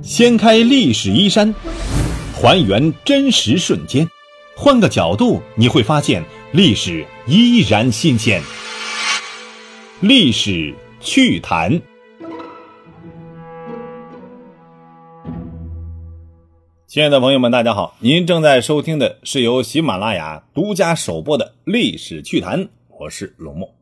掀开历史衣衫，还原真实瞬间，换个角度你会发现历史依然新鲜。历史趣谈。亲爱的朋友们，大家好，您正在收听的是由喜马拉雅独家首播的历史趣谈，我是龙墨。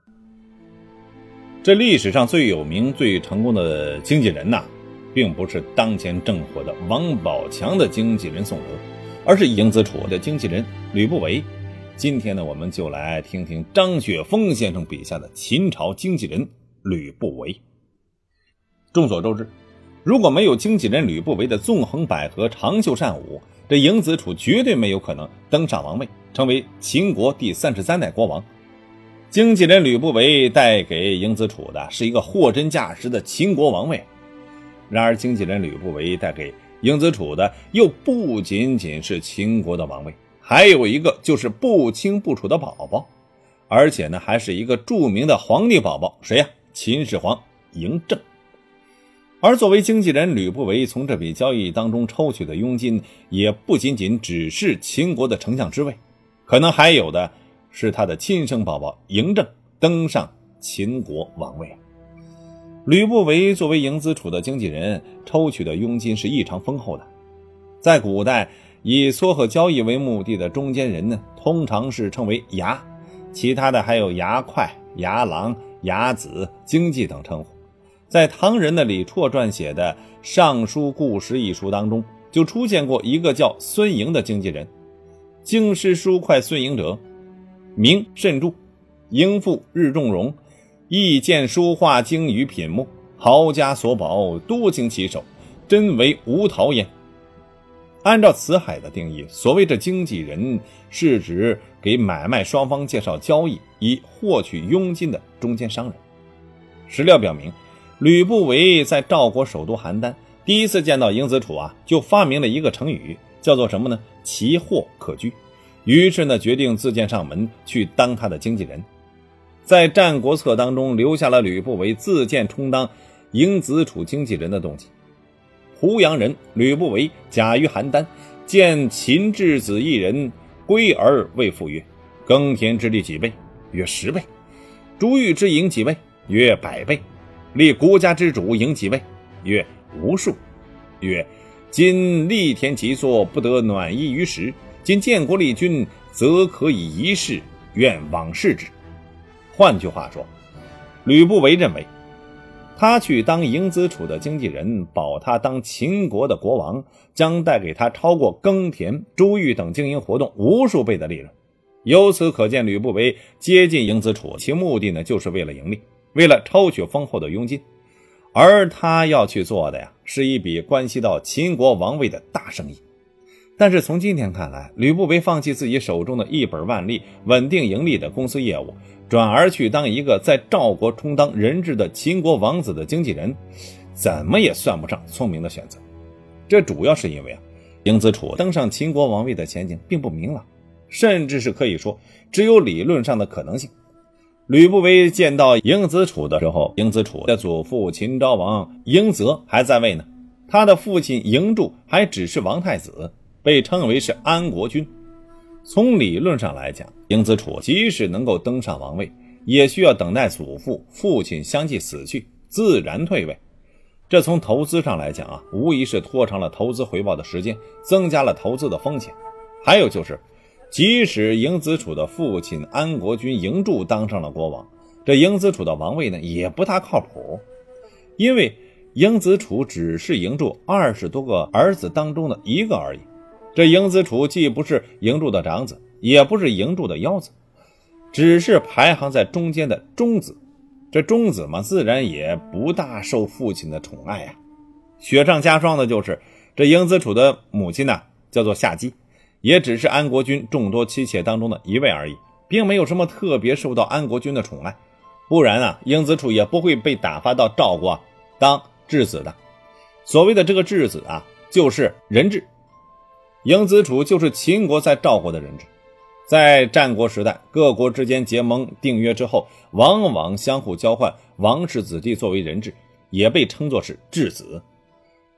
这历史上最有名最成功的经纪人并不是当前正火的王宝强的经纪人宋德，而是迎子楚的经纪人吕不韦。今天呢，我们就来听听张雪峰先生笔下的秦朝经纪人吕不韦。众所周知，如果没有经纪人吕不韦的纵横捭阖、长袖善舞，这迎子楚绝对没有可能登上王位，成为秦国第33代国王。经纪人吕不韦带给迎子楚的是一个货真价实的秦国王位。然而经纪人吕不韦带给迎子楚的又不仅仅是秦国的王位，还有一个就是不清不楚的宝宝，而且呢还是一个著名的皇帝宝宝，谁呀？秦始皇嬴政。而作为经纪人吕不韦从这笔交易当中抽取的佣金也不仅仅只是秦国的丞相之位，可能还有的是他的亲生宝宝嬴政登上秦国王位。吕不韦作为迎子楚的经纪人，抽取的佣金是异常丰厚的。在古代，以撮合交易为目的的中间人呢，通常是称为衙，其他的还有衙快、衙郎、衙子、经纪等称呼。在唐人的李绰撰写的《尚书故事》一书当中，就出现过一个叫孙嬴的经纪人。京师书快孙嬴者，名慎著，嬴父日重容，亦见书画精于品目，豪家所宝多经其手，真为无陶焉。按照辞海的定义，所谓的经纪人是指给买卖双方介绍交易以获取佣金的中间商人。史料表明，吕不韦在赵国首都邯郸第一次见到迎子楚就发明了一个成语，叫做什么呢？奇货可居。于是呢，决定自荐上门去当他的经纪人。在《战国策》当中留下了吕不韦自荐充当迎子楚经纪人的动机。湖阳人吕不韦假于邯郸，见秦质子一人，归而谓父曰：耕田之力几倍？曰10倍。逐玉之营几倍？曰100倍。立国家之主营几倍？曰无数。曰今力田极作，不得暖衣于时，今建国立君，则可以一事，愿往视之。换句话说，吕不韦认为他去当迎子楚的经纪人，保他当秦国的国王，将带给他超过耕田、珠玉等经营活动无数倍的利润。由此可见，吕不韦接近迎子楚，其目的呢，就是为了盈利，为了抽取丰厚的佣金。而他要去做的是一笔关系到秦国王位的大生意。但是从今天看来，吕不韦放弃自己手中的一本万利、稳定盈利的公司业务，转而去当一个在赵国充当人质的秦国王子的经纪人，怎么也算不上聪明的选择。这主要是因为迎子楚登上秦国王位的前景并不明朗，甚至是可以说只有理论上的可能性。吕不韦见到迎子楚的时候，迎子楚的祖父秦昭王嬴泽还在位呢，他的父亲嬴柱还只是王太子，被称为是安国君。从理论上来讲，迎子楚即使能够登上王位，也需要等待祖父、父亲相继死去，自然退位。这从投资上来讲无疑是拖长了投资回报的时间，增加了投资的风险。还有就是，即使迎子楚的父亲安国君嬴柱当上了国王，这迎子楚的王位呢也不大靠谱，因为迎子楚只是嬴柱20多个儿子当中的一个而已。这迎子楚既不是嬴柱的长子，也不是嬴柱的幺子，只是排行在中间的中子。这中子嘛，自然也不大受父亲的宠爱雪上加霜的就是这迎子楚的母亲叫做夏姬，也只是安国君众多妻妾当中的一位而已，并没有什么特别受到安国君的宠爱，不然迎子楚也不会被打发到赵国当质子的。所谓的这个质子就是人质。迎子楚就是秦国在赵国的人质。在战国时代，各国之间结盟订约之后，往往相互交换王室子弟作为人质，也被称作是质子。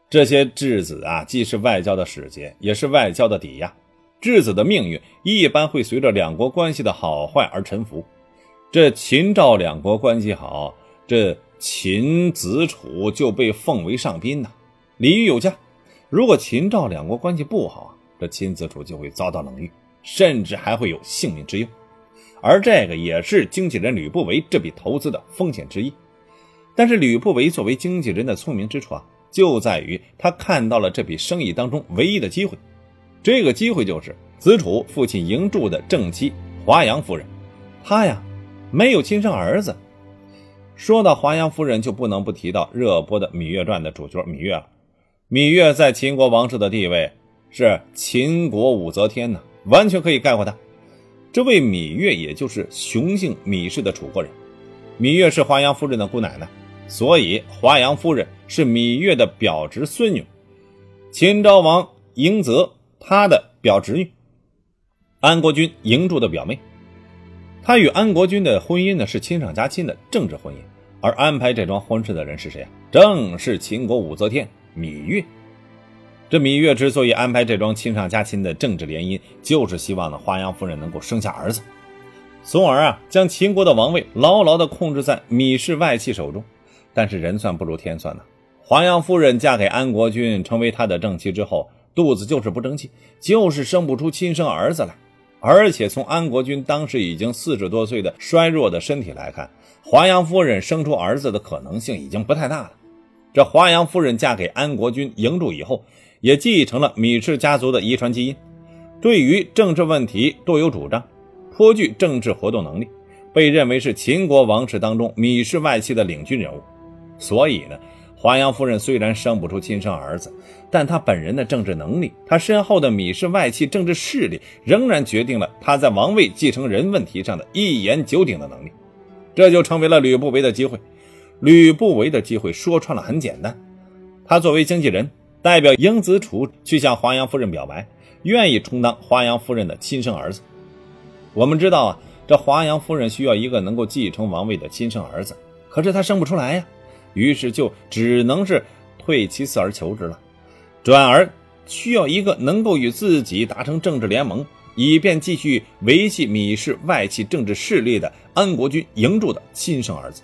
这些质子啊，既是外交的使节，也是外交的抵押。质子的命运一般会随着两国关系的好坏而沉浮。这秦赵两国关系好，这秦子楚就被奉为上宾呐，礼遇有加。如果秦赵两国关系不好啊，这秦子楚就会遭到冷遇，甚至还会有性命之忧。而这个也是经纪人吕不韦这笔投资的风险之一。但是吕不韦作为经纪人的聪明之处啊，就在于他看到了这笔生意当中唯一的机会。这个机会就是子楚父亲嬴柱的正妻华阳夫人，她呀没有亲生儿子。说到华阳夫人，就不能不提到热播的《芈月传》的主角芈月了。芈月在秦国王室的地位是秦国武则天呢，完全可以概括她。这位芈月也就是雄姓芈氏的楚国人，芈月是华阳夫人的姑奶奶，所以华阳夫人是芈月的表侄孙女，秦昭王嬴泽他的表侄女，安国君嬴柱的表妹。他与安国君的婚姻呢是亲上加亲的政治婚姻，而安排这桩婚事的人是谁啊？正是秦国武则天芈月。这芈月之所以安排这桩亲上加亲的政治联姻，就是希望呢华阳夫人能够生下儿子，从而啊将秦国的王位牢牢地控制在芈氏外戚手中。但是人算不如天算呢，华阳夫人嫁给安国君，成为他的正妻之后，肚子就是不争气，就是生不出亲生儿子来。而且从安国君当时已经40多岁的衰弱的身体来看，华阳夫人生出儿子的可能性已经不太大了。这华阳夫人嫁给安国君嬴柱以后，也继承了芈氏家族的遗传基因，对于政治问题多有主张，颇具政治活动能力，被认为是秦国王室当中芈氏外戚的领军人物。所以呢，华阳夫人虽然生不出亲生儿子，但她本人的政治能力，她身后的芈氏外戚政治势力，仍然决定了她在王位继承人问题上的一言九鼎的能力。这就成为了吕不韦的机会。吕不韦的机会说穿了很简单，他作为经纪人，代表嬴子楚去向华阳夫人表白，愿意充当华阳夫人的亲生儿子。我们知道啊，这华阳夫人需要一个能够继承王位的亲生儿子，可是她生不出来呀，于是就只能是退其次而求之了，转而需要一个能够与自己达成政治联盟，以便继续维系芈氏外戚政治势力的安国君嬴柱的亲生儿子。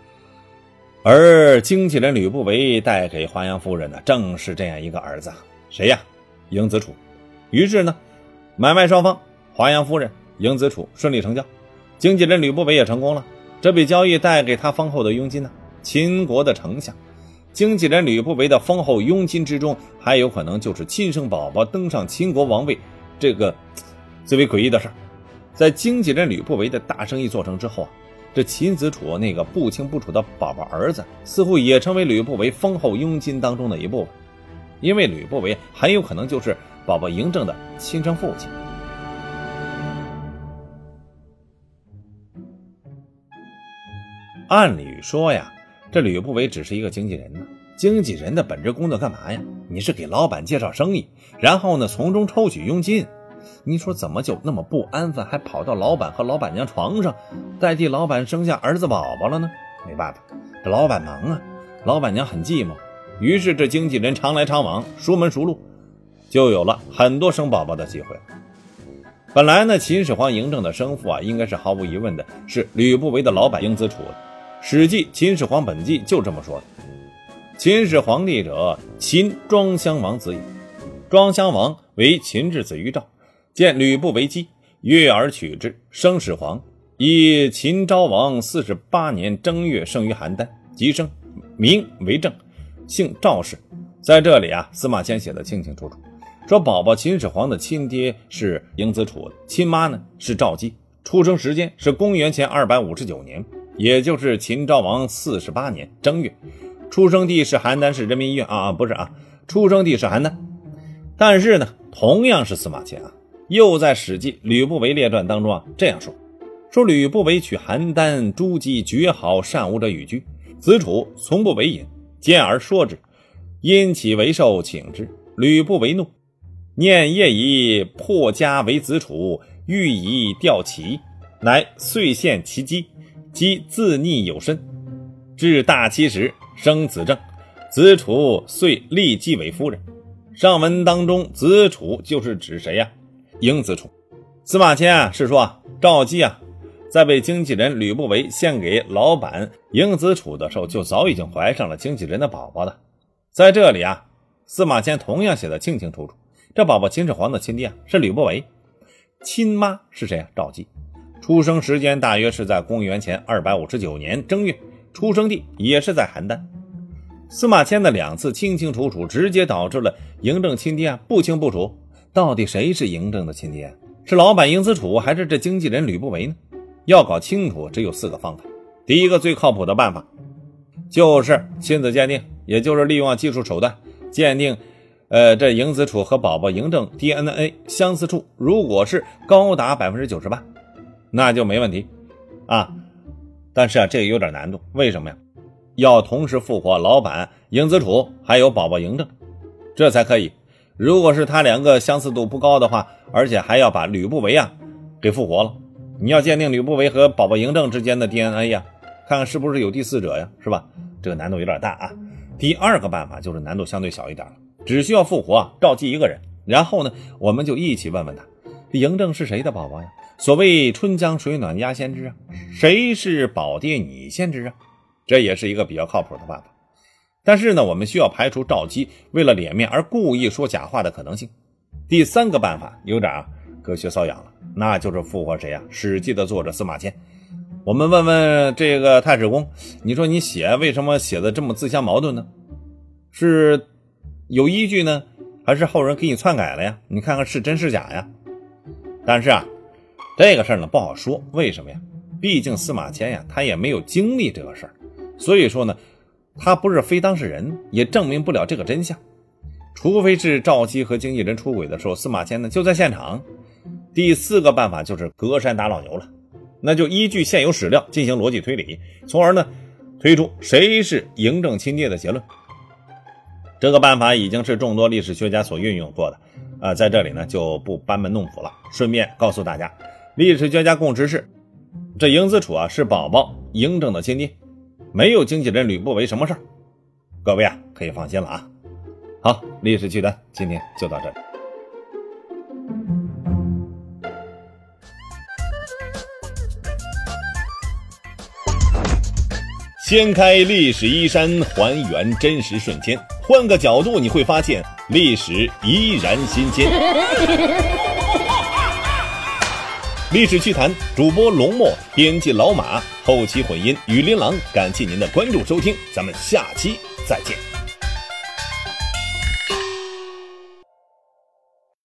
而经纪人吕不韦带给华阳夫人的正是这样一个儿子，谁呀？嬴子楚。于是呢，买卖双方华阳夫人、嬴子楚顺利成交，经纪人吕不韦也成功了。这笔交易带给他丰厚的佣金呢，秦国的丞相。经纪人吕不韦的丰厚佣金之中，还有可能就是亲生宝宝登上秦国王位这个最为诡异的事儿。在经纪人吕不韦的大生意做成之后啊，这秦子楚那个不清不楚的宝宝儿子，似乎也成为吕不韦丰厚佣金当中的一部分，因为吕不韦很有可能就是宝宝嬴政的亲生父亲。按理说呀，这吕不韦只是一个经纪人呢，经纪人的本职工作干嘛呀？你是给老板介绍生意，然后呢从中抽取佣金。你说怎么就那么不安分，还跑到老板和老板娘床上，代替老板生下儿子宝宝了呢？没办法，这老板忙啊，老板娘很寂寞，于是这经纪人常来常往，熟门熟路，就有了很多生宝宝的机会。本来呢，秦始皇嬴政的生父啊，应该是毫无疑问的是吕不韦的老板嬴子楚的。史记《秦始皇本纪》就这么说的：秦始皇帝者，秦庄襄王子也。庄襄王为秦之子于赵，见吕不韦姬，悦而取之，生始皇。以秦昭王48年正月生于邯郸，即生，名为政，姓赵氏。在这里啊，司马迁写的清清楚楚，说宝宝秦始皇的亲爹是嬴子楚，亲妈呢是赵姬，出生时间是公元前259年，也就是秦昭王48年正月，出生地是邯郸市人民医院不是出生地是邯郸。但是呢，同样是司马迁又在史记《吕不韦列传》当中这样说吕不韦取邯郸诸姬绝好善舞者与居，子楚从不为饮，见而说之，因其为寿，请之。吕不韦怒，念夜以破家为子楚，欲以吊其，乃遂献其姬，姬自溺有身，至大7时生子正， 子楚遂立即为夫人。上文当中子楚就是指谁呀？嬴子楚。司马迁是说赵姬在被经纪人吕不韦献给老板嬴子楚的时候，就早已经怀上了经纪人的宝宝的。在这里司马迁同样写得清清楚楚，这宝宝秦始皇的亲爹是吕不韦，亲妈是谁赵姬。出生时间大约是在公元前259年正月，出生地也是在邯郸。司马迁的2次清清楚楚，直接导致了嬴政亲爹不清不楚，到底谁是嬴政的亲爹？是老板嬴子楚还是这经纪人吕不韦呢？要搞清楚只有4个方法。第一个最靠谱的办法就是亲子鉴定，也就是利用技术手段鉴定这嬴子楚和宝宝嬴政 DNA 相似处，如果是高达 98%， 那就没问题但是这个有点难度。为什么呀？要同时复活老板嬴子楚还有宝宝嬴政，这才可以。如果是他2个相似度不高的话，而且还要把吕不韦给复活了，你要鉴定吕不韦和宝宝嬴政之间的 DNA 看看是不是有第4者呀，是吧？这个难度有点大第2个办法就是难度相对小一点了，只需要复活赵姬一个人，然后呢，我们就一起问问他，嬴政是谁的宝宝呀？所谓春江水暖鸭先知谁是宝爹你先知这也是一个比较靠谱的办法。但是呢，我们需要排除赵姬为了脸面而故意说假话的可能性。第3个办法有点隔靴搔痒了，那就是复活谁史记的作者司马迁。我们问问这个太史公，你说你写为什么写的这么自相矛盾呢？是有依据呢，还是后人给你篡改了呀？你看看是真是假呀？但是这个事儿呢不好说，为什么呀？毕竟司马迁他也没有经历这个事儿，所以说呢，他不是非当事人，也证明不了这个真相。除非是赵姬和经纪人出轨的时候，司马迁呢就在现场。第4个办法就是隔山打老牛了，那就依据现有史料进行逻辑推理，从而呢推出谁是嬴政亲爹的结论。这个办法已经是众多历史学家所运用过的在这里呢就不班门弄斧了。顺便告诉大家，历史学家共识是这嬴子楚是宝宝嬴政的亲爹，没有经纪人吕不韦什么事儿。各位可以放心了好，历史趣谈今天就到这里。掀开历史衣衫，还原真实瞬间，换个角度你会发现历史依然新鲜。历史趣谈主播龙墨，编辑老马，后期混音雨林郎，感谢您的关注收听，咱们下期再见。